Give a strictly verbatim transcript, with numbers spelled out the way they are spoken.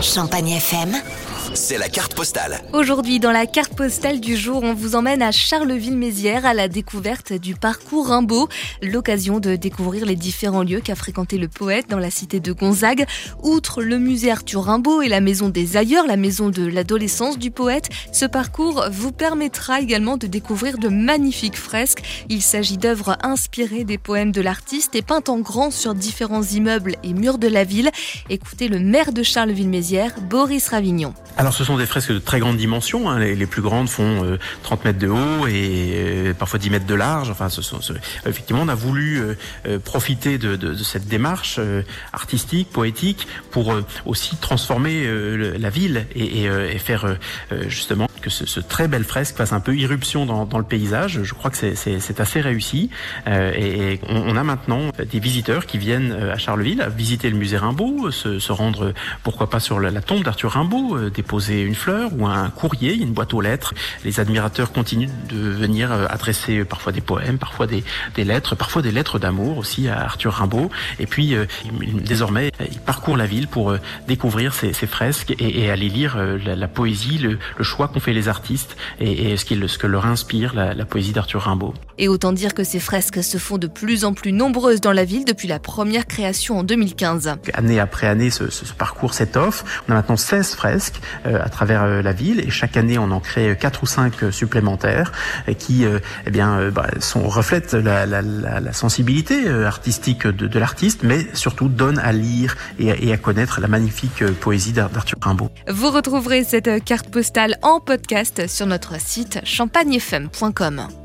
Champagne F M, c'est la carte postale. Aujourd'hui, dans la carte postale du jour, on vous emmène à Charleville-Mézières à la découverte du parcours Rimbaud. L'occasion de découvrir les différents lieux qu'a fréquenté le poète dans la cité de Gonzague. Outre le musée Arthur Rimbaud et la maison des ailleurs, la maison de l'adolescence du poète, ce parcours vous permettra également de découvrir de magnifiques fresques. Il s'agit d'œuvres inspirées des poèmes de l'artiste et peintes en grand sur différents immeubles et murs de la ville. Écoutez le maire de Charleville-Mézières, Boris Ravignon. Alors ce sont des fresques de très grande dimension, hein. les, les plus grandes font euh, trente mètres de haut et euh, parfois dix mètres de large. Enfin, ce sont, ce, effectivement, on a voulu euh, euh, profiter de, de, de cette démarche euh, artistique, poétique, pour euh, aussi transformer euh, la ville et, et, euh, et faire euh, justement que ce, ce très belle fresque fasse un peu irruption dans, dans le paysage. Je crois que c'est, c'est, c'est assez réussi euh, et, et on, on a maintenant des visiteurs qui viennent à Charleville à visiter le musée Rimbaud, se, se rendre pourquoi pas sur la, la tombe d'Arthur Rimbaud, euh, déposer une fleur ou un courrier, il y a une boîte aux lettres. Les admirateurs continuent de venir adresser parfois des poèmes, parfois des, des lettres, parfois des lettres d'amour aussi à Arthur Rimbaud. Et puis euh, il, désormais, il parcourt la ville pour euh, découvrir ces, ces fresques et, et aller lire euh, la, la poésie, le, le choix qu'ont fait les artistes et, et ce, qui, ce que leur inspire la, la poésie d'Arthur Rimbaud. Et autant dire que ces fresques se font de plus en plus nombreuses dans la ville depuis la première création en deux mille quinze. Année après année, ce, ce, ce parcours s'étoffe. On a maintenant seize fresques euh, à travers euh, la ville et chaque année on en crée quatre ou cinq euh, supplémentaires euh, qui euh, eh bien, euh, bah, sont, reflètent la, la, la, la sensibilité euh, artistique de, de l'artiste, mais surtout donnent à lire et, et à connaître la magnifique euh, poésie d'Arthur Rimbaud. Vous retrouverez cette carte postale en podcast sur notre site champagne f m point com.